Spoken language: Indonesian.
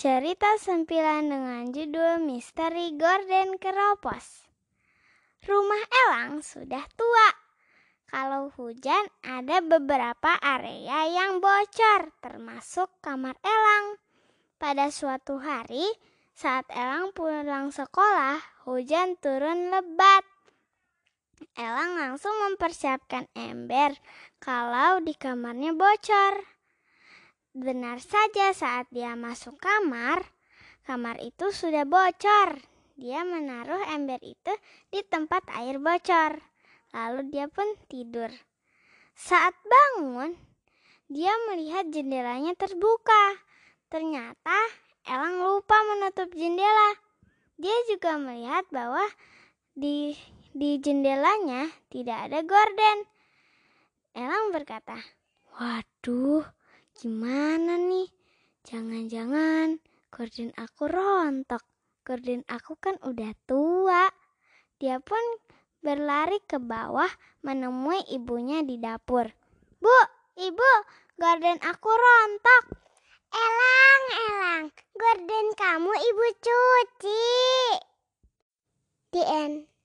Cerita sempilan dengan judul Misteri Gorden Keropos. Rumah Elang sudah tua. Kalau hujan ada beberapa area yang bocor, termasuk kamar Elang. Pada suatu hari, saat Elang pulang sekolah, hujan turun lebat. Elang langsung mempersiapkan ember kalau di kamarnya bocor. Benar saja, saat dia masuk kamar itu sudah bocor. Dia menaruh ember itu di tempat air bocor. Lalu dia pun tidur. Saat bangun, dia melihat jendelanya terbuka. Ternyata Elang lupa menutup jendela. Dia juga melihat bahwa di jendelanya tidak ada gorden. Elang berkata, "Waduh, gimana nih? Jangan-jangan gorden aku rontok. Gorden aku kan udah tua." Dia pun berlari ke bawah menemui ibunya di dapur. "Bu, ibu, gorden aku rontok." Elang, gorden kamu ibu cuci. The end.